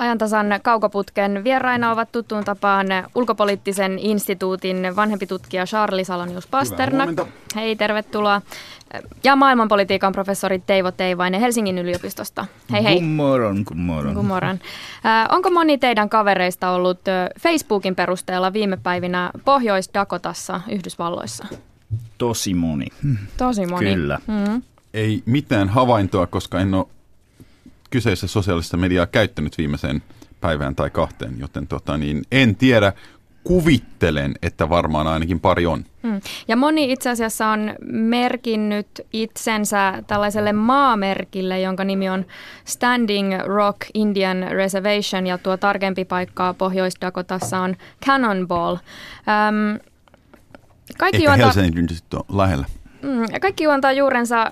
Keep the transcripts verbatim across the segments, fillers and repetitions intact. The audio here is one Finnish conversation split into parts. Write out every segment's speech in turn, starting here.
Ajantasan kaukoputken vieraina ovat tuttuun tapaan ulkopoliittisen instituutin vanhempi tutkija Charlie Salonius-Pasternak. Hei, tervetuloa. Ja maailmanpolitiikan professori Teivo Teivainen Helsingin yliopistosta. Hei hei. Good morning, good morning. Good morning. Äh, onko moni teidän kavereista ollut Facebookin perusteella viime päivinä Pohjois-Dakotassa Yhdysvalloissa? Tosi moni. Tosi moni. Kyllä. Mm-hmm. Ei mitään havaintoa, koska en ole kyseisessä sosiaalista mediaa käyttänyt viimeiseen päivään tai kahteen, joten tota, niin en tiedä, kuvittelen, että varmaan ainakin pari on. Hmm. Ja moni itse asiassa on merkinnyt itsensä tällaiselle maamerkille, jonka nimi on Standing Rock Indian Reservation, ja tuo tarkempi paikka Pohjois-Dakotassa on Cannonball. Ähm, kaikki Ehkä juontaa, Helsingin nyt on lähellä. Mm, kaikki juontaa juurensa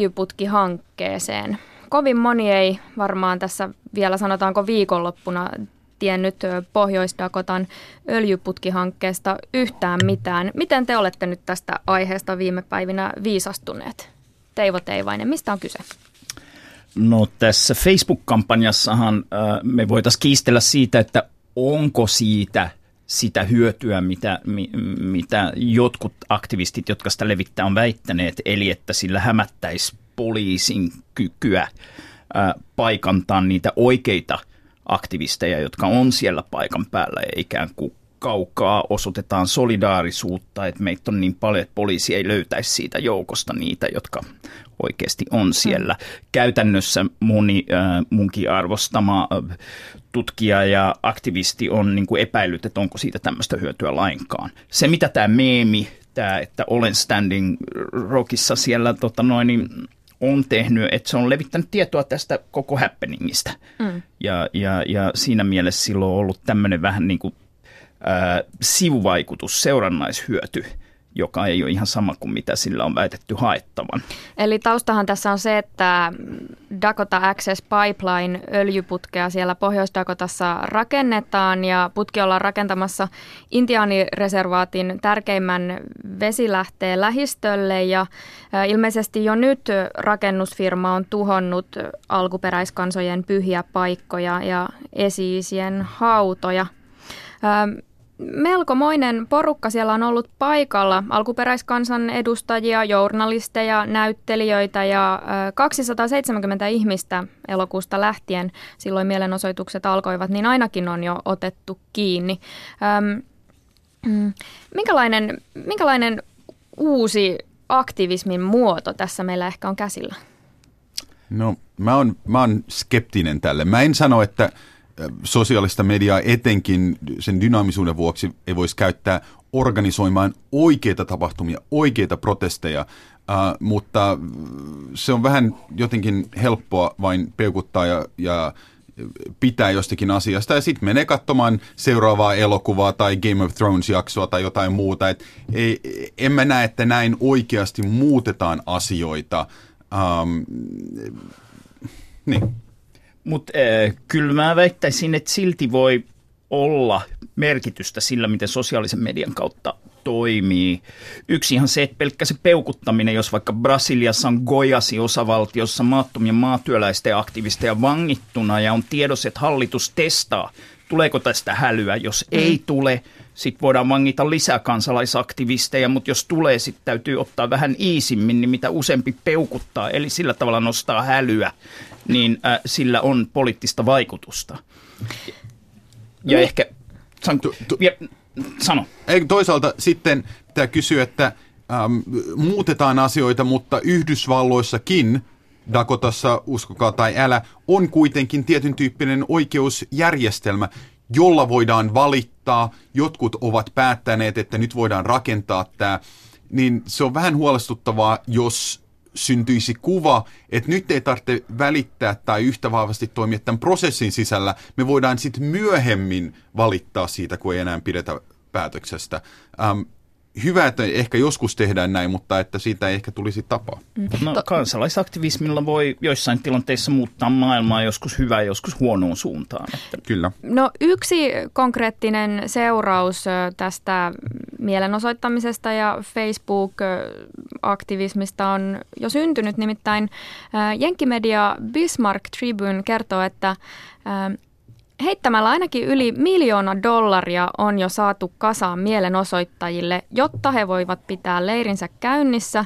öljyputkihankkeeseen. Kovin moni ei varmaan tässä vielä sanotaanko viikonloppuna tiennyt Pohjois-Dakotan öljyputkihankkeesta yhtään mitään. Miten te olette nyt tästä aiheesta viime päivinä viisastuneet? Teivo Teivainen, mistä on kyse? No tässä Facebook-kampanjassahan äh, me voitaisiin kiistellä siitä, että onko siitä sitä hyötyä, mitä, mi, mitä jotkut aktivistit, jotka sitä levittää, on väittäneet, eli että sillä hämättäisi poliisin kykyä ää, paikantaa niitä oikeita aktivisteja, jotka on siellä paikan päällä, ja ikään kuin kaukaa osoitetaan solidaarisuutta, että meitä on niin paljon, että poliisi ei löytäisi siitä joukosta niitä, jotka oikeasti on siellä. Mm. Käytännössä moni äh, munkin arvostama äh, tutkija ja aktivisti on niin kuin epäillyt, että onko siitä tämmöistä hyötyä lainkaan. Se, mitä tämä meemi, tämä, että olen Standing Rockissa siellä tota noin, niin on tehnyt, että se on levittänyt tietoa tästä koko happeningistä. Mm. Ja, ja, ja siinä mielessä silloin on ollut tämmöinen vähän niin kuin äh, sivuvaikutus, seurannaishyöty, joka ei ole ihan sama kuin mitä sillä on väitetty haettavan. Eli taustahan tässä on se, että Dakota Access Pipeline öljyputkea siellä Pohjois-Dakotassa rakennetaan, ja putki ollaan rakentamassa intiaanireservaatin tärkeimmän vesilähteen lähistölle, ja ilmeisesti jo nyt rakennusfirma on tuhonnut alkuperäiskansojen pyhiä paikkoja ja esi-isien hautoja. Melkomoinen porukka siellä on ollut paikalla, alkuperäiskansan edustajia, journalisteja, näyttelijöitä ja kaksisataaseitsemänkymmentä ihmistä elokuusta lähtien, silloin mielenosoitukset alkoivat, niin ainakin on jo otettu kiinni. Ähm, minkälainen, minkälainen uusi aktivismin muoto tässä meillä ehkä on käsillä? No mä oon, mä oon skeptinen tälle. Mä en sano, että sosiaalista mediaa etenkin sen dynaamisuuden vuoksi ei voisi käyttää organisoimaan oikeita tapahtumia, oikeita protesteja, uh, mutta se on vähän jotenkin helppoa vain peukuttaa ja, ja pitää jostakin asiasta ja sitten menee katsomaan seuraavaa elokuvaa tai Game of Thrones-jaksoa tai jotain muuta. Et ei, en mä näe, että näin oikeasti muutetaan asioita. Um, niin. Mutta äh, kyllä mä väittäisin, että silti voi olla merkitystä sillä, miten sosiaalisen median kautta toimii. Yksi ihan se, että pelkkä se peukuttaminen, jos vaikka Brasiliassa on Goiasin osavaltiossa maattomien maatyöläisten aktivisteja vangittuna ja on tiedossa, että hallitus testaa, tuleeko tästä hälyä. Jos mm. ei tule, sitten voidaan vangita lisää kansalaisaktivisteja, mutta jos tulee, sitten täytyy ottaa vähän iisimmin, niin mitä useampi peukuttaa, eli sillä tavalla nostaa hälyä, niin äh, sillä on poliittista vaikutusta. Ja no. ehkä, san, tu, tu, ja, sano. Ei, toisaalta sitten pitää kysyä, että ähm, muutetaan asioita, mutta Yhdysvalloissakin, Dakotassa, uskokaa tai älä, on kuitenkin tietyn tyyppinen oikeusjärjestelmä, jolla voidaan valittaa. Jotkut ovat päättäneet, että nyt voidaan rakentaa tämä, niin se on vähän huolestuttavaa, jos syntyisi kuva, että nyt ei tarvitse välittää tai yhtä vahvasti toimia tämän prosessin sisällä. Me voidaan sitten myöhemmin valittaa siitä, kun ei enää pidetä päätöksestä. Ähm, hyvä, että ehkä joskus tehdään näin, mutta että siitä ei ehkä tulisi tapaa. No, kansalaisaktivismilla voi joissain tilanteissa muuttaa maailmaa joskus hyvään, joskus huonoon suuntaan. Että. Kyllä. No yksi konkreettinen seuraus tästä mielenosoittamisesta ja Facebook-aktivismista on jo syntynyt, nimittäin jenkkimedia Bismarck Tribune kertoo, että heittämällä ainakin yli miljoona dollaria on jo saatu kasaan mielenosoittajille, jotta he voivat pitää leirinsä käynnissä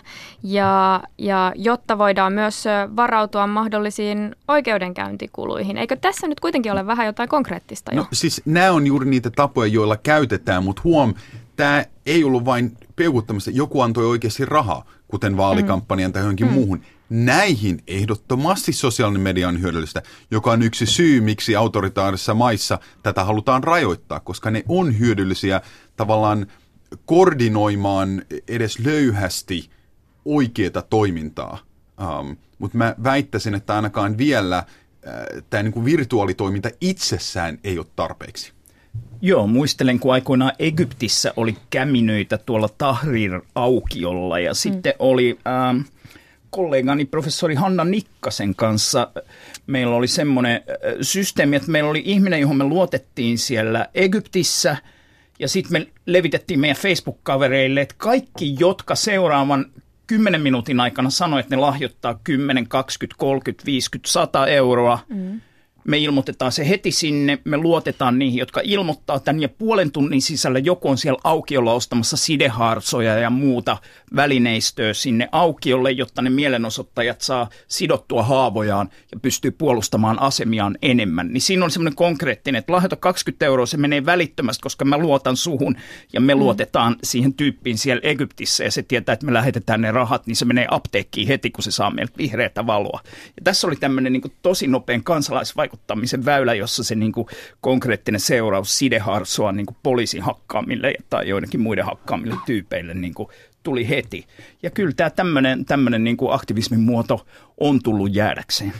ja, ja jotta voidaan myös varautua mahdollisiin oikeudenkäyntikuluihin. Eikö tässä nyt kuitenkin ole vähän jotain konkreettista jo? No siis nämä on juuri niitä tapoja, joilla käytetään, mutta huom, tämä ei ollut vain peukuttamista. Joku antoi oikeasti rahaa, kuten vaalikampanjan tai johonkin mm. muuhun. Näihin ehdottomasti sosiaalinen media on hyödyllistä, joka on yksi syy, miksi autoritaarisissa maissa tätä halutaan rajoittaa, koska ne on hyödyllisiä tavallaan koordinoimaan edes löyhästi oikeaa toimintaa. Um, mutta mä väittäisin, että ainakaan vielä äh, tämä niinku virtuaalitoiminta itsessään ei ole tarpeeksi. Joo, muistelen, kun aikoinaan Egyptissä oli käminöitä tuolla Tahrir-aukiolla ja mm. sitten oli ähm, kollegani professori Hanna Nikkasen kanssa. Meillä oli semmoinen äh, systeemi, että meillä oli ihminen, johon me luotettiin siellä Egyptissä ja sitten me levitettiin meidän Facebook-kavereille, että kaikki, jotka seuraavan kymmenen minuutin aikana sanoi, että ne lahjoittaa kymmenen, kaksikymmentä, kolmekymmentä, viisikymmentä, sata euroa, mm. me ilmoitetaan se heti sinne, me luotetaan niihin, jotka ilmoittaa tämän ja puolen tunnin sisällä joku on siellä aukiolla ostamassa sideharsoja ja muuta välineistöä sinne aukiolle, jotta ne mielenosoittajat saa sidottua haavojaan ja pystyy puolustamaan asemiaan enemmän. Niin siinä on semmoinen konkreettinen, että lahjoita kaksikymmentä euroa, se menee välittömästi, koska mä luotan suhun ja me mm. luotetaan siihen tyyppiin siellä Egyptissä ja se tietää, että me lähetetään ne rahat, niin se menee apteekkiin heti, kun se saa meiltä vihreätä valoa. Ja tässä oli tämmöinen niin kuin tosi nopean kansalaisvaikuttamisen väylä, jossa se niin kuin konkreettinen seuraus sideharsoa niin kuin poliisin hakkaamille tai joidenkin muiden hakkaamille tyypeille niin kuin tuli heti. Ja kyllä tämä tämmöinen, tämmöinen niin kuin aktivismin muoto on tullut jäädäkseen.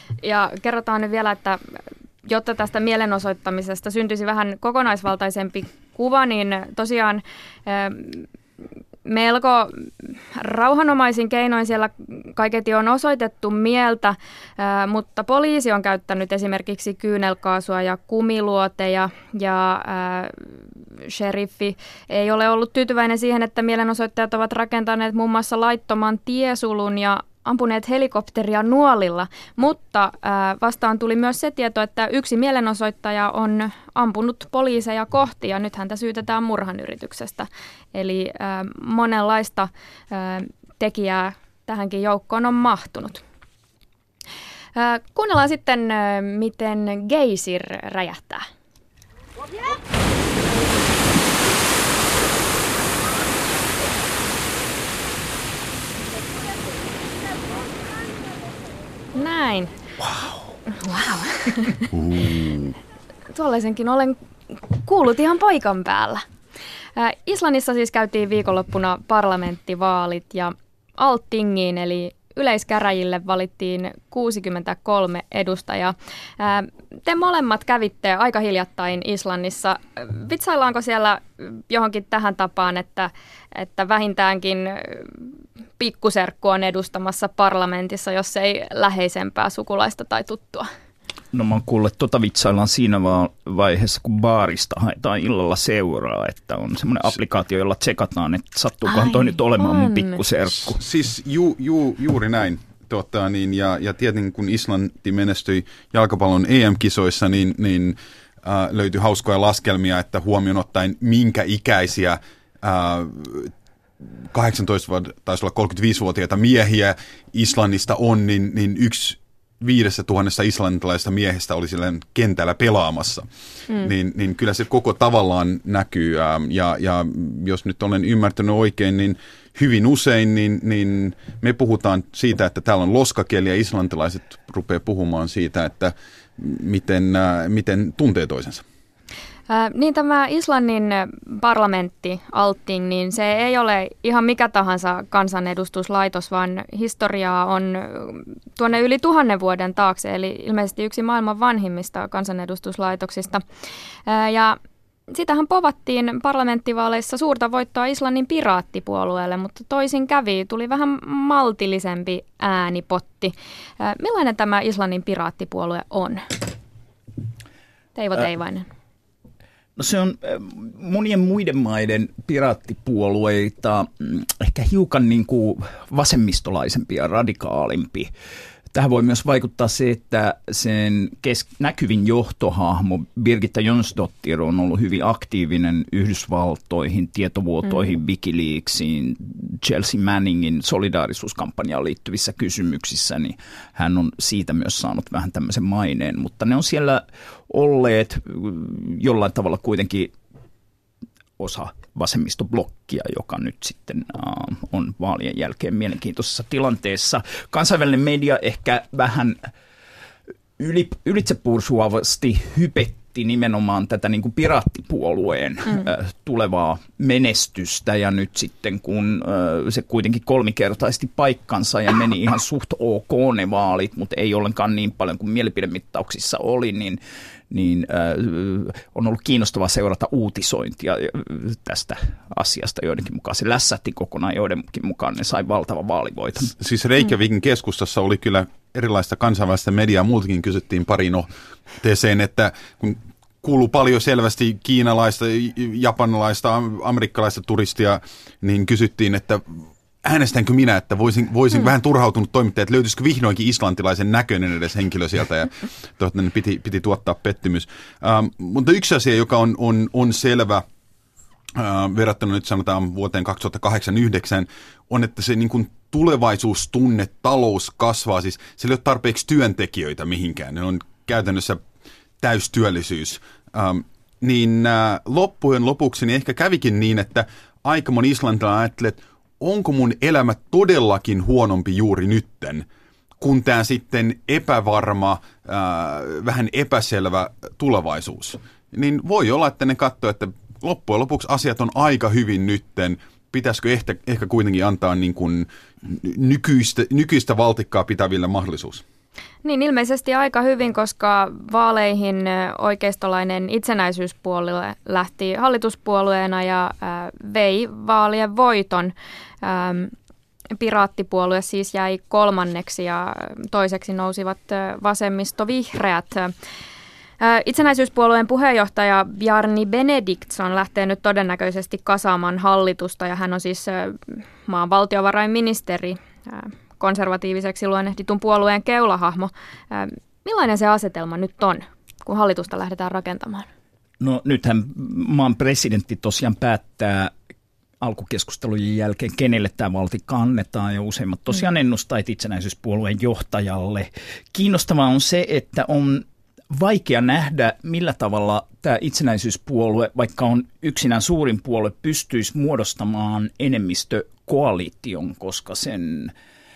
Ja kerrotaan nyt vielä, että jotta tästä mielenosoittamisesta syntyisi vähän kokonaisvaltaisempi kuva, niin tosiaan melko rauhanomaisin keinoin siellä kaiketi on osoitettu mieltä, mutta poliisi on käyttänyt esimerkiksi kyynelkaasua ja kumiluoteja ja sheriffi ei ole ollut tyytyväinen siihen, että mielenosoittajat ovat rakentaneet muun muassa laittoman tiesulun ja ampuneet helikopteria nuolilla, mutta vastaan tuli myös se tieto, että yksi mielenosoittaja on ampunut poliiseja kohti ja nyt häntä syytetään murhanyrityksestä. Eli monenlaista tekijää tähänkin joukkoon on mahtunut. Kuunnellaan sitten, miten Geysir räjähtää. Näin. Wow. Wow. Uh. Tuollaisenkin olen kuullut ihan paikan päällä. Äh, Islannissa siis käytiin viikonloppuna parlamenttivaalit ja Altingiin eli yleiskäräjille valittiin kuusikymmentäkolme edustajaa. Äh, te molemmat kävitte aika hiljattain Islannissa. Vitsaillaanko siellä johonkin tähän tapaan, että, että vähintäänkin pikkuserkku on edustamassa parlamentissa, jos ei läheisempää sukulaista tai tuttua? No mä oon kuullut, että tota vitsaillaan siinä vaiheessa, kun baarista haetaan illalla seuraa, että on semmoinen applikaatio, jolla tsekataan, että sattuukohan toi nyt olemaan mun pikkuserkku. Siis ju, ju, juuri näin. Tota, niin, ja, ja tietenkin kun Islanti menestyi jalkapallon E M-kisoissa, niin, niin äh, löytyi hauskoja laskelmia, että huomioon ottaen minkä ikäisiä äh, kahdeksantoista taisi olla kolmekymmentäviisivuotiaita miehiä Islannista on, niin, niin yksi viidessä tuhannessa islantilaisesta miehestä oli siellä kentällä pelaamassa. Mm. Niin, niin kyllä se koko tavallaan näkyy. Ja, ja jos nyt olen ymmärtänyt oikein, niin hyvin usein niin, niin me puhutaan siitä, että täällä on loskakieli ja islantilaiset rupeaa puhumaan siitä, että miten, miten tuntee toisensa. Äh, niin tämä Islannin parlamentti, Alting, niin se ei ole ihan mikä tahansa kansanedustuslaitos, vaan historiaa on tuonne yli tuhannen vuoden taakse, eli ilmeisesti yksi maailman vanhimmista kansanedustuslaitoksista. Äh, ja sitähän povattiin parlamenttivaaleissa suurta voittoa Islannin piraattipuolueelle, mutta toisin kävi, tuli vähän maltillisempi äänipotti. Äh, millainen tämä Islannin piraattipuolue on? Teivo Teivainen. Äh. No se on monien muiden maiden piraattipuolueita ehkä hiukan niin kuin vasemmistolaisempi ja radikaalimpi. Tähän voi myös vaikuttaa se, että sen kes- näkyvin johtohahmo Birgitta Jonsdottir on ollut hyvin aktiivinen Yhdysvaltoihin, tietovuotoihin, mm. Wikileaksiin, Chelsea Manningin solidaarisuuskampanjaan liittyvissä kysymyksissä, niin hän on siitä myös saanut vähän tämmöisen maineen, mutta ne on siellä olleet jollain tavalla kuitenkin osa vasemmistoblokkia, joka nyt sitten uh, on vaalien jälkeen mielenkiintoisessa tilanteessa. Kansainvälinen media ehkä vähän yli, ylitsepursuavasti hypetti nimenomaan tätä niin kuin piraattipuolueen mm. uh, tulevaa menestystä, ja nyt sitten kun uh, se kuitenkin kolmikertaisesti paikkansa ja meni ihan suht ok ne vaalit, mutta ei ollenkaan niin paljon kuin mielipidemittauksissa oli, niin niin äh, on ollut kiinnostavaa seurata uutisointia tästä asiasta joidenkin mukaan. Se lässähti kokonaan, joidenkin mukaan ne sai valtavan vaalivoiton. Siis Reykjavikin keskustassa oli kyllä erilaista kansainvälistä mediaa, muutakin kysyttiin pariin otteeseen, että kun kuuluu paljon selvästi kiinalaista, japanilaista, amerikkalaista turistia, niin kysyttiin, että äänestänkö minä, että voisin, voisin mm. vähän turhautunut toimittaja, että löytyisikö vihdoinkin islantilaisen näköinen edes henkilö sieltä, ja toivottavasti piti, piti tuottaa pettymys. Ähm, mutta yksi asia, joka on, on, on selvä, äh, verrattuna nyt sanotaan vuoteen kaksituhattakahdeksan yhdeksän, on, että se niin kuin tulevaisuustunne, talous kasvaa, siis siellä ei ole tarpeeksi työntekijöitä mihinkään, ne on käytännössä täystyöllisyys. Ähm, niin äh, loppujen lopuksi niin ehkä kävikin niin, että aika moni islantilainen ajattelee, että onko mun elämä todellakin huonompi juuri nytten, kun tämä sitten epävarma, ää, vähän epäselvä tulevaisuus. Niin voi olla, että ne katsoo, että loppujen lopuksi asiat on aika hyvin nytten. Pitäisikö ehkä, ehkä kuitenkin antaa niin kuin nykyistä, nykyistä valtikkaa pitäville mahdollisuus? Niin, ilmeisesti aika hyvin, koska vaaleihin oikeistolainen itsenäisyyspuolue lähti hallituspuolueena ja äh, vei vaalien voiton. Ähm, Piraattipuolue siis jäi kolmanneksi ja toiseksi nousivat vasemmistovihreät. Äh, itsenäisyyspuolueen puheenjohtaja Bjarni Benediktsson lähtee nyt todennäköisesti kasaamaan hallitusta, ja hän on siis äh, maan valtiovarainministeri, äh, konservatiiviseksi luonnehditun puolueen keulahahmo. Millainen se asetelma nyt on, kun hallitusta lähdetään rakentamaan? No nythän maan presidentti tosiaan päättää alkukeskustelujen jälkeen, kenelle tämä valtikka annetaan, ja useimmat tosiaan ennustaa itsenäisyyspuolueen johtajalle. Kiinnostavaa on se, että on vaikea nähdä, millä tavalla tämä itsenäisyyspuolue, vaikka on yksinään suurin puolue, pystyisi muodostamaan enemmistökoalition, koska sen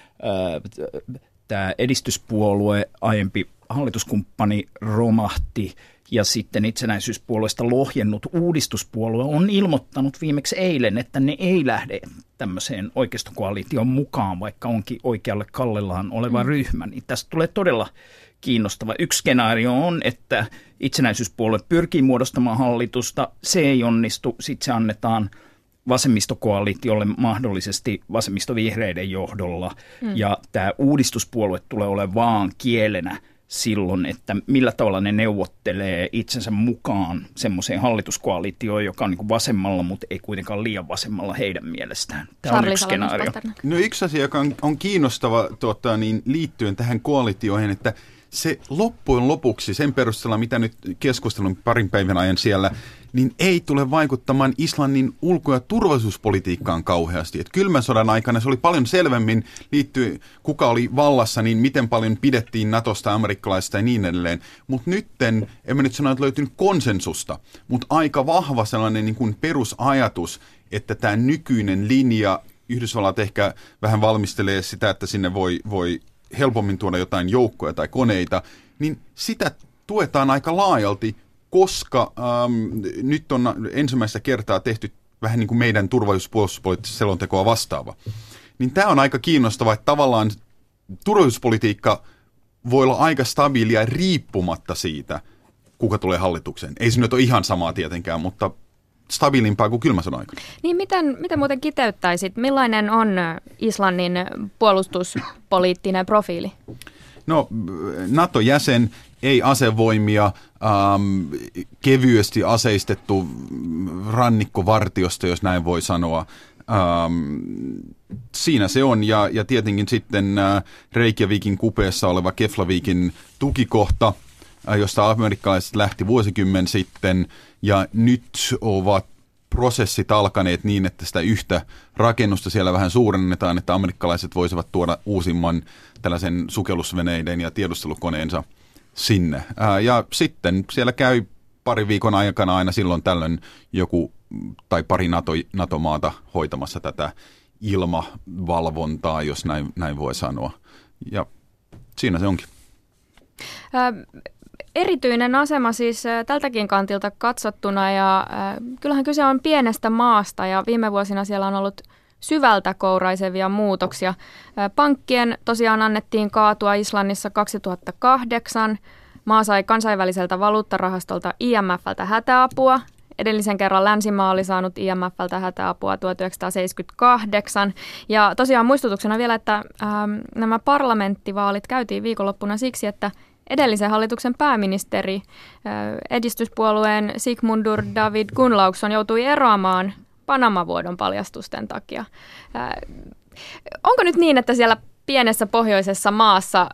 tämä edistyspuolue, aiempi hallituskumppani, romahti, ja sitten itsenäisyyspuolueesta lohjennut uudistuspuolue on ilmoittanut viimeksi eilen, että ne ei lähde tämmöiseen oikeistokoalitioon mukaan, vaikka onkin oikealle kallellaan oleva mm. ryhmä. Niin tästä tulee todella kiinnostava. Yksi skenaario on, että itsenäisyyspuolue pyrkii muodostamaan hallitusta, se ei onnistu, sitten se annetaan vasemmistokoalitiolle mahdollisesti vasemmistovihreiden johdolla, mm. ja tämä uudistuspuolue tulee olemaan vaan kielenä silloin, että millä tavalla ne neuvottelee itsensä mukaan semmoiseen hallituskoalitioon, joka on niin kuin vasemmalla, mutta ei kuitenkaan liian vasemmalla heidän mielestään. Tämä on yksi skenaario. No yksi asia, joka on, on kiinnostava tuota, niin liittyen tähän koalitioihin, että se loppujen lopuksi, sen perusteella mitä nyt keskustelun parin päivän ajan siellä, niin ei tule vaikuttamaan Islannin ulko- ja turvallisuuspolitiikkaan kauheasti. Et kylmän sodan aikana se oli paljon selvemmin liittyen, kuka oli vallassa, niin miten paljon pidettiin Natosta, amerikkalaisista ja niin edelleen. Mutta nytten, en mä nyt sano, että löytynyt konsensusta, mutta aika vahva sellainen niin kuin perusajatus, että tämä nykyinen linja, Yhdysvallat ehkä vähän valmistelee sitä, että sinne voi, voi helpommin tuoda jotain joukkoja tai koneita, niin sitä tuetaan aika laajalti, koska ähm, nyt on ensimmäistä kertaa tehty vähän niin kuin meidän turvallisuuspuolustuspoliittista selontekoa vastaava. Niin tämä on aika kiinnostavaa, että tavallaan turvallisuuspolitiikka voi olla aika stabiilia riippumatta siitä, kuka tulee hallitukseen. Ei se nyt ole ihan samaa tietenkään, mutta stabiilimpaa kuin kylmän sodan aikana. Niin miten, miten muuten kiteyttäisit? Millainen on Islannin puolustuspoliittinen profiili? No, NATO-jäsen, ei asevoimia, ähm, kevyesti aseistettu rannikkovartiosto, jos näin voi sanoa. Ähm, siinä se on, ja, ja tietenkin sitten äh, Reykjavikin kupeessa oleva Keflavikin tukikohta, äh, josta amerikkalaiset lähti vuosikymmen sitten, ja nyt ovat prosessit alkaneet niin, että sitä yhtä rakennusta siellä vähän suurennetaan, että amerikkalaiset voisivat tuoda uusimman tällaisen sukellusveneiden ja tiedustelukoneensa sinne. Ää, ja sitten siellä käy pari viikon aikana aina silloin tällöin joku tai pari NATO, NATO-maata hoitamassa tätä ilmavalvontaa, jos näin, näin voi sanoa. Ja siinä se onkin. Ä- Erityinen asema siis tältäkin kantilta katsottuna, ja äh, kyllähän kyse on pienestä maasta, ja viime vuosina siellä on ollut syvältä kouraisevia muutoksia. Äh, pankkien tosiaan annettiin kaatua Islannissa kaksituhattakahdeksan. Maa sai kansainväliseltä valuuttarahastolta I M F:ltä hätäapua. Edellisen kerran länsimaa oli saanut I M F:ltä hätäapua tuhatyhdeksänsataaseitsemänkymmentäkahdeksan. Ja tosiaan muistutuksena vielä, että äh, nämä parlamenttivaalit käytiin viikonloppuna siksi, että edellisen hallituksen pääministeri, edistyspuolueen Sigmundur David Gunnlaugsson, joutui eroamaan Panama-vuodon paljastusten takia. Onko nyt niin, että siellä pienessä pohjoisessa maassa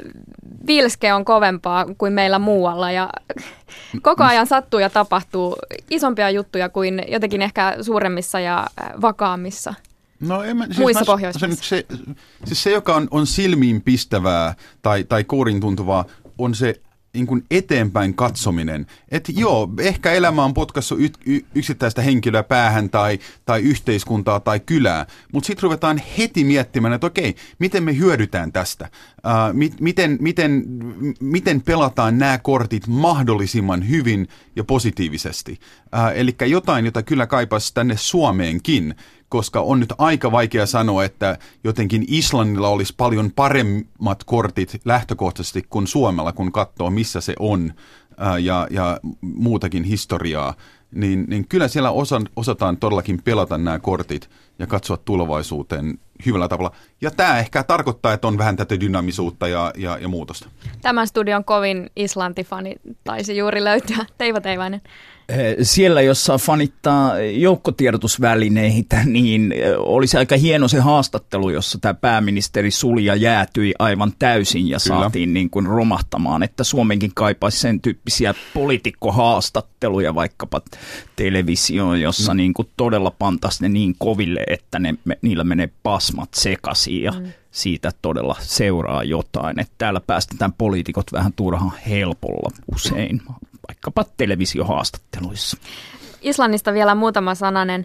vilske on kovempaa kuin meillä muualla ja koko ajan sattuu ja tapahtuu isompia juttuja kuin jotenkin ehkä suuremmissa ja vakaammissa? No, en mä, siis muissa mä, Pohjoismaissa. Se, siis se, joka on, on silmiin pistävää tai, tai kourin tuntuvaa, on se niin kuin eteenpäin katsominen. Että joo, ehkä elämä on potkassut y, y, yksittäistä henkilöä päähän tai, tai yhteiskuntaa tai kylää, mutta sitten ruvetaan heti miettimään, että okei, miten me hyödytään tästä? Uh, mit, miten, miten, miten pelataan nämä kortit mahdollisimman hyvin ja positiivisesti? Uh, eli jotain, jota kyllä kaipaisi tänne Suomeenkin, koska on nyt aika vaikea sanoa, että jotenkin Islannilla olisi paljon paremmat kortit lähtökohtaisesti kuin Suomella, kun katsoo, missä se on ää, ja, ja muutakin historiaa. Niin, niin kyllä siellä osa, osataan todellakin pelata nämä kortit ja katsoa tulevaisuuteen hyvällä tavalla. Ja tämä ehkä tarkoittaa, että on vähän tätä dynamisuutta ja, ja, ja muutosta. Tämän studion kovin Islanti-fani taisi juuri löytyä. Teivo Teivainen. Siellä, jossa fanittaa joukkotiedotusvälineitä, niin olisi aika hieno se haastattelu, jossa tämä pääministeri Sulja jäätyi aivan täysin ja Kyllä. saatiin niin kuin romahtamaan, että Suomenkin kaipaisi sen tyyppisiä poliitikkohaastatteluja vaikkapa televisioon, jossa mm. niin kuin todella pantaisi ne niin koville, että ne, niillä menee pasmat sekaisin ja mm. siitä todella seuraa jotain. Että täällä päästetään poliitikot vähän turhan helpolla usein, vaikkapa televisiohaastatteluissa. Islannista vielä muutama sananen.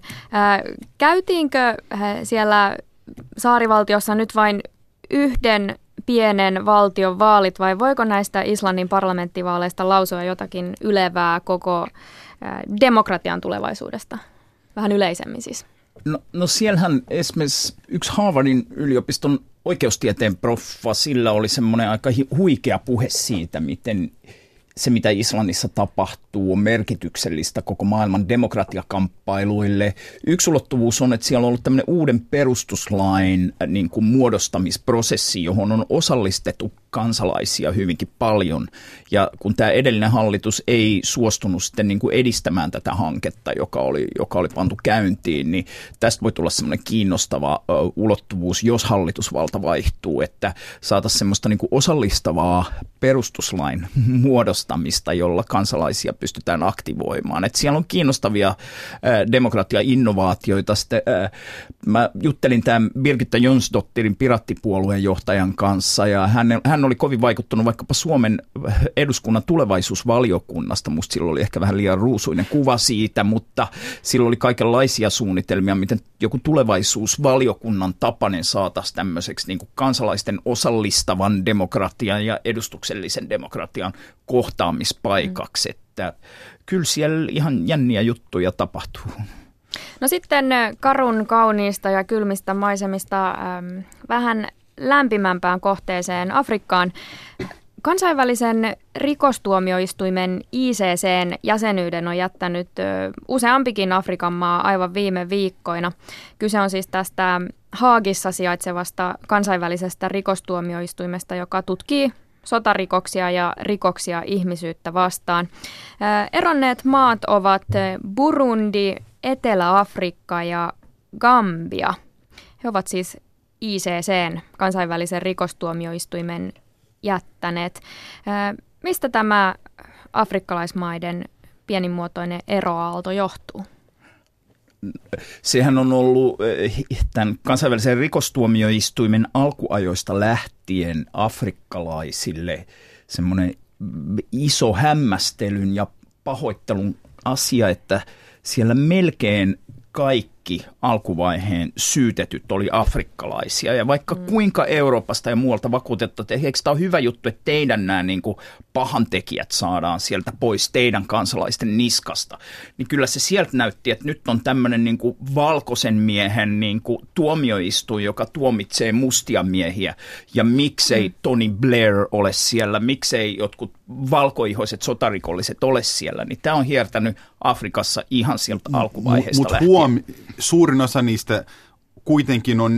Käytiinkö siellä saarivaltiossa nyt vain yhden pienen valtion vaalit vai voiko näistä Islannin parlamenttivaaleista lausua jotakin ylevää koko demokratian tulevaisuudesta? Vähän yleisemmin siis. No, no siellähän esimerkiksi yksi Harvardin yliopiston oikeustieteen proffa, sillä oli semmoinen aika huikea puhe siitä, miten se, mitä Islannissa tapahtuu, on merkityksellistä koko maailman demokratiakamppailuille. Yksi ulottuvuus on, että siellä on ollut tämmöinen uuden perustuslain niin kuin muodostamisprosessi, johon on osallistettu kansalaisia hyvinkin paljon. Ja kun tämä edellinen hallitus ei suostunut sitten niin kuin edistämään tätä hanketta, joka oli, joka oli pantu käyntiin, niin tästä voi tulla semmoinen kiinnostava uh, ulottuvuus, jos hallitusvalta vaihtuu, että saataisiin semmoista niin kuin osallistavaa perustuslain muodostamista, jolla kansalaisia pystytään aktivoimaan. Et siellä on kiinnostavia äh, demokratia-innovaatioita. Sitten, äh, mä juttelin tämän Birgitta Jonsdottirin Piraattipuolueen johtajan kanssa, ja hän, hän oli kovin vaikuttunut vaikkapa Suomen eduskunnan tulevaisuusvaliokunnasta. Musta silloin oli ehkä vähän liian ruusuinen kuva siitä, mutta silloin oli kaikenlaisia suunnitelmia, miten joku tulevaisuusvaliokunnan tapainen saataisiin tämmöiseksi niin kuin kansalaisten osallistavan demokratian ja edustuksellisen demokratian kohtaamispaikaksi, mm. että kyllä siellä ihan jänniä juttuja tapahtuu. No sitten karun kauniista ja kylmistä maisemista ähm, vähän lämpimämpään kohteeseen Afrikkaan. Kansainvälisen rikostuomioistuimen I C C:n jäsenyyden on jättänyt ö, useampikin Afrikan maa aivan viime viikkoina. Kyse on siis tästä Haagissa sijaitsevasta kansainvälisestä rikostuomioistuimesta, joka tutkii sotarikoksia ja rikoksia ihmisyyttä vastaan. Ö, eronneet maat ovat Burundi, Etelä-Afrikka ja Gambia. He ovat siis I C C:n, kansainvälisen rikostuomioistuimen, jättäneet. Mistä tämä afrikkalaismaiden pienimuotoinen eroaalto johtuu? Sehän on ollut tämän kansainvälisen rikostuomioistuimen alkuajoista lähtien afrikkalaisille semmoinen iso hämmästelyn ja pahoittelun asia, että siellä melkein kaikki alkuvaiheen syytetyt oli afrikkalaisia. Ja vaikka mm. kuinka Euroopasta ja muualta vakuutettu, että eikö tämä ole hyvä juttu, että teidän nämä niin kuin pahantekijät saadaan sieltä pois teidän kansalaisten niskasta, niin kyllä se sieltä näytti, että nyt on tämmöinen niin kuin valkoisen miehen niin kuin tuomioistuin, joka tuomitsee mustia miehiä. Ja miksei mm. Tony Blair ole siellä, miksei jotkut valkoihoiset sotarikolliset ole siellä, niin tämä on hiertänyt Afrikassa ihan sieltä alkuvaiheesta mut, mut lähtien. Huom- suurin osa niistä kuitenkin on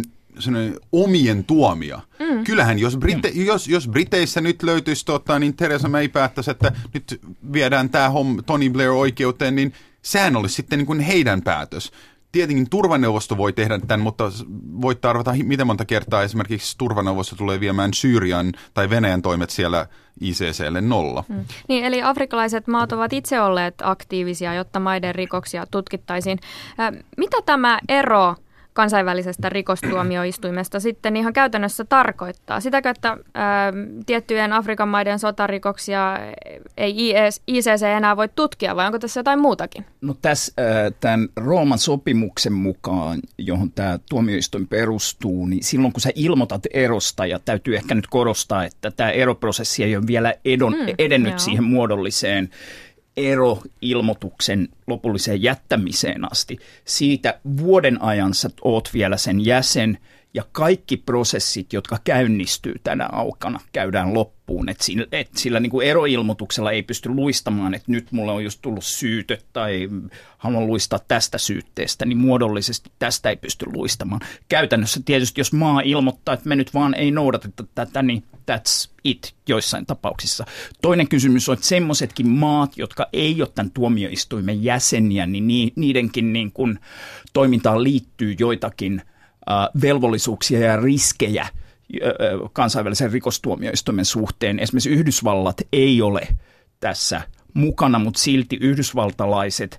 omien tuomia. Mm. Kyllähän jos, Brite- mm. jos, jos Briteissä nyt löytyisi, tota, niin Theresa May päättäisi, että nyt viedään tämä Tony Blair oikeuteen, niin sehän olisi sitten niin kuin heidän päätös. Tietenkin turvaneuvosto voi tehdä tämän, mutta voit arvata, miten monta kertaa esimerkiksi turvaneuvosto tulee viemään Syyrian tai Venäjän toimet siellä I C C:lle nolla. Hmm. Niin, eli afrikkalaiset maat ovat itse olleet aktiivisia, jotta maiden rikoksia tutkittaisiin. Äh, mitä tämä ero kansainvälisestä rikostuomioistuimesta sitten ihan käytännössä tarkoittaa? Sitäkö, että äh, tiettyjen Afrikan maiden sotarikoksia ei I C C enää voi tutkia, vai onko tässä jotain muutakin? No tässä äh, tämän Rooman sopimuksen mukaan, johon tämä tuomioistuin perustuu, niin silloin kun sä ilmoitat erosta, ja täytyy ehkä nyt korostaa, että tämä eroprosessi ei ole vielä edon, mm, edennyt joo. siihen muodolliseen eroilmoituksen lopulliseen jättämiseen asti. Siitä vuoden ajan sä oot vielä sen jäsen ja kaikki prosessit, jotka käynnistyy tänä aukana, käydään loppuun. Et sillä et sillä niin kuin eroilmoituksella ei pysty luistamaan, että nyt mulle on just tullut syyte tai haluan luistaa tästä syytteestä, niin muodollisesti tästä ei pysty luistamaan. Käytännössä tietysti, jos maa ilmoittaa, että me nyt vaan ei noudateta tätä, niin that's it joissain tapauksissa. Toinen kysymys on, että semmoisetkin maat, jotka ei ole tämän tuomioistuimen jäseniä, niin niidenkin niin kuin toimintaan liittyy joitakin velvollisuuksia ja riskejä kansainvälisen rikostuomioistuimen suhteen. Esimerkiksi Yhdysvallat ei ole tässä mukana, mutta silti yhdysvaltalaiset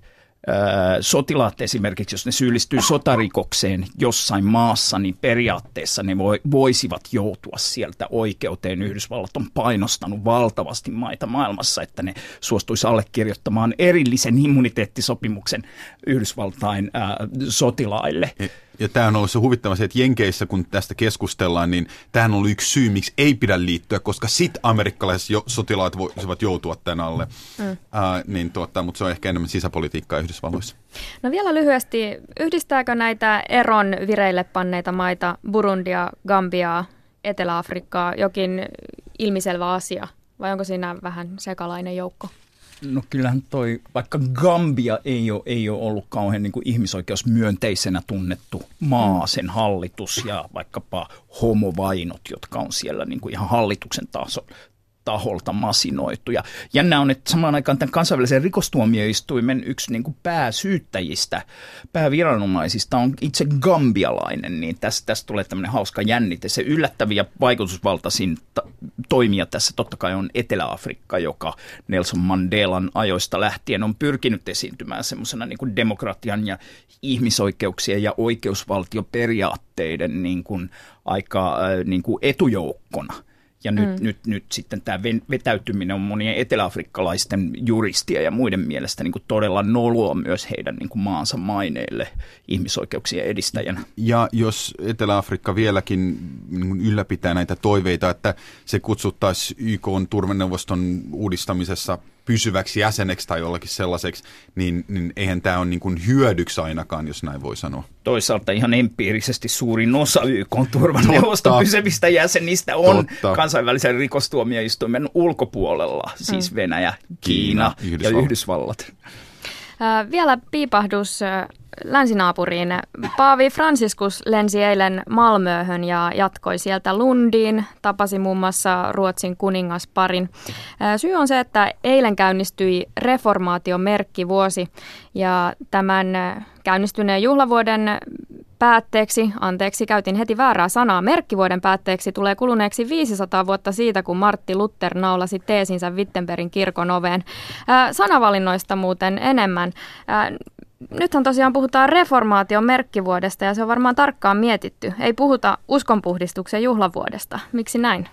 sotilaat esimerkiksi, jos ne syyllistyy sotarikokseen jossain maassa, niin periaatteessa ne voisivat joutua sieltä oikeuteen. Yhdysvallat on painostanut valtavasti maita maailmassa, että ne suostuisi allekirjoittamaan erillisen immuniteettisopimuksen Yhdysvaltain ää, sotilaille. Ja, ja tämä on ollut se huvittava se, että Jenkeissä, kun tästä keskustellaan, niin tämähän on ollut yksi syy, miksi ei pidä liittyä, koska sit amerikkalaiset jo, sotilaat voisivat joutua tämän alle. Mm. Uh, niin tuota, mutta se on ehkä enemmän sisäpolitiikkaa Yhdysvalloissa. No vielä lyhyesti, yhdistääkö näitä eron vireille panneita maita, Burundia, Gambiaa, Etelä-Afrikkaa, jokin ilmiselvä asia, vai onko siinä vähän sekalainen joukko? No kyllähän toi, vaikka Gambia ei ole, ei ole ollut kauhean niin kuin ihmisoikeusmyönteisenä tunnettu maa, sen hallitus ja vaikkapa homovainot, jotka on siellä niin kuin ihan hallituksen taso, taholta masinoitu. Ja jännä on, että samaan aikaan tämän kansainvälisen rikostuomioistuimen yksi niin kuin pääsyyttäjistä, pääviranomaisista on itse gambialainen, niin tästä, tästä tulee tämmöinen hauska jännite. Se yllättäviä vaikutusvaltaisin ta- toimija tässä totta kai on Etelä-Afrikka, joka Nelson Mandelan ajoista lähtien on pyrkinyt esiintymään semmoisena niin kuin demokratian ja ihmisoikeuksien ja oikeusvaltioperiaatteiden niin kuin aika äh, niin kuin etujoukkona. Ja nyt, mm. nyt, nyt sitten tämä vetäytyminen on monien eteläafrikkalaisten juristien ja muiden mielestä niin kuin todella noloa myös heidän niin kuin maansa maineille ihmisoikeuksien edistäjänä. Ja jos Etelä-Afrikka vieläkin niin ylläpitää näitä toiveita, että se kutsuttaisiin Y K:n turvaneuvoston uudistamisessa pysyväksi jäseneksi tai jollakin sellaiseksi, niin, niin eihän tämä ole niin kuin hyödyksi ainakaan, jos näin voi sanoa. Toisaalta ihan empiirisesti suurin osa Y K:n turvaneuvoston pysyvistä jäsenistä on Totta. kansainvälisen rikostuomioistuimen ulkopuolella, siis Venäjä, Kiina, Kiina Yhdysvallat. ja Yhdysvallat. Äh, vielä piipahdus äh, länsinaapuriin. Paavi Franciscus lensi eilen Malmöhön ja jatkoi sieltä Lundiin. Tapasi muun muassa Ruotsin kuningasparin. Äh, syy on se, että eilen käynnistyi reformaation merkkivuosi ja tämän äh, käynnistyneen juhlavuoden päätteeksi, anteeksi, käytin heti väärää sanaa, merkkivuoden päätteeksi tulee kuluneeksi viisisataa vuotta siitä, kun Martti Luther naulasi teesinsä Wittenbergin kirkon oveen. Ää, sanavalinnoista muuten enemmän. Ää, nythän tosiaan puhutaan reformaation merkkivuodesta ja se on varmaan tarkkaan mietitty. Ei puhuta uskonpuhdistuksen juhlavuodesta. Miksi näin?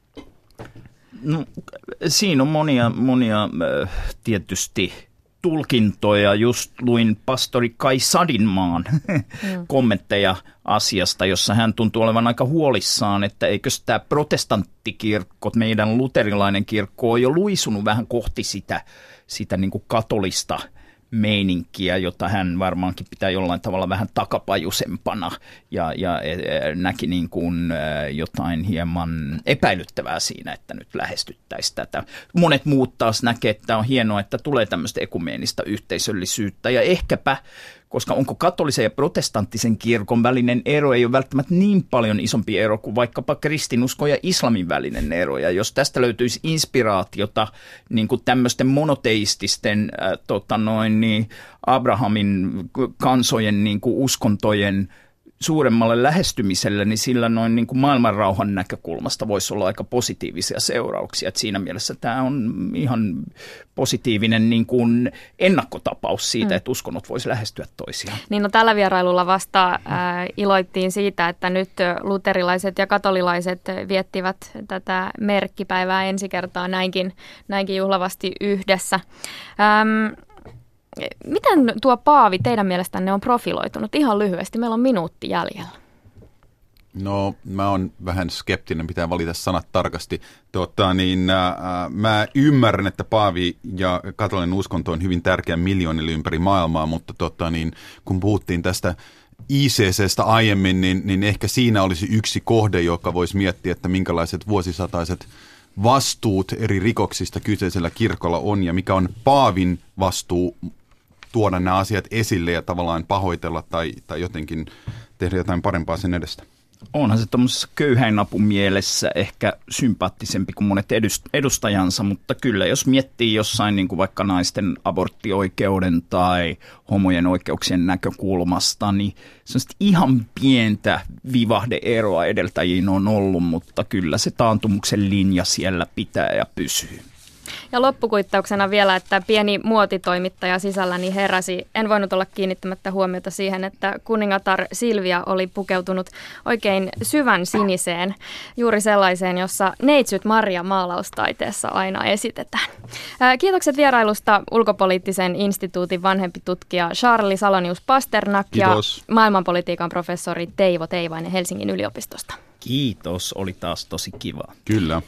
No, siinä on monia, monia äh, tietysti tulkintoja. Just luin pastori Kai Sadinmaan mm. kommentteja asiasta, jossa hän tuntuu olevan aika huolissaan, että eikös tämä protestanttikirkko, meidän luterilainen kirkko, on jo luisunut vähän kohti sitä, sitä niin kuin katolista meininkiä, jota hän varmaankin pitää jollain tavalla vähän takapajusempana ja, ja näki niin kuin jotain hieman epäilyttävää siinä, että nyt lähestyttäisiin tätä. Monet muut taas näkee, että on hienoa, että tulee tämmöistä ekumeenista yhteisöllisyyttä ja ehkäpä, koska onko katolisen ja protestanttisen kirkon välinen ero, ei ole välttämättä niin paljon isompi ero kuin vaikkapa kristinuskon ja islamin välinen ero. Ja jos tästä löytyisi inspiraatiota niin kuin tämmöisten monoteististen äh, tota noin, niin Abrahamin kansojen niin kuin uskontojen suuremmalle lähestymiselle, niin sillä noin niin kuin maailmanrauhan näkökulmasta voisi olla aika positiivisia seurauksia. Et siinä mielessä tämä on ihan positiivinen niin kuin ennakkotapaus siitä, mm. että uskonnot voisi lähestyä toisiaan. Niin no, tällä vierailulla vasta äh, iloittiin siitä, että nyt luterilaiset ja katolilaiset viettivät tätä merkkipäivää ensi kertaa näinkin, näinkin juhlavasti yhdessä. Ähm, Miten tuo paavi teidän mielestänne on profiloitunut? Ihan lyhyesti, meillä on minuutti jäljellä. No, mä oon vähän skeptinen, pitää valita sanat tarkasti. Tota, niin, äh, mä ymmärrän, että paavi ja katolinen uskonto on hyvin tärkeä miljoonille ympäri maailmaa, mutta tota, niin, kun puhuttiin tästä I C C:stä aiemmin, niin, niin ehkä siinä olisi yksi kohde, joka voisi miettiä, että minkälaiset vuosisataiset vastuut eri rikoksista kyseisellä kirkolla on ja mikä on paavin vastuu tuoda nämä asiat esille ja tavallaan pahoitella tai, tai jotenkin tehdä jotain parempaa sen edestä. Onhan se tuommoisessa köyhäinapun mielessä ehkä sympaattisempi kuin monet edustajansa, mutta kyllä jos miettii jossain niin kuin vaikka naisten aborttioikeuden tai homojen oikeuksien näkökulmasta, niin semmoista ihan pientä vivahde-eroa edeltäjiin on ollut, mutta kyllä se taantumuksen linja siellä pitää ja pysyy. Ja loppukuittauksena vielä, että pieni muotitoimittaja sisälläni heräsi. En voinut olla kiinnittämättä huomiota siihen, että kuningatar Silvia oli pukeutunut oikein syvän siniseen, juuri sellaiseen, jossa neitsyt Maria maalaustaiteessa aina esitetään. Kiitokset vierailusta ulkopoliittisen instituutin vanhempi tutkija Charlie Salonius-Pasternak ja maailmanpolitiikan professori Teivo Teivainen Helsingin yliopistosta. Kiitos, oli taas tosi kiva. Kyllä.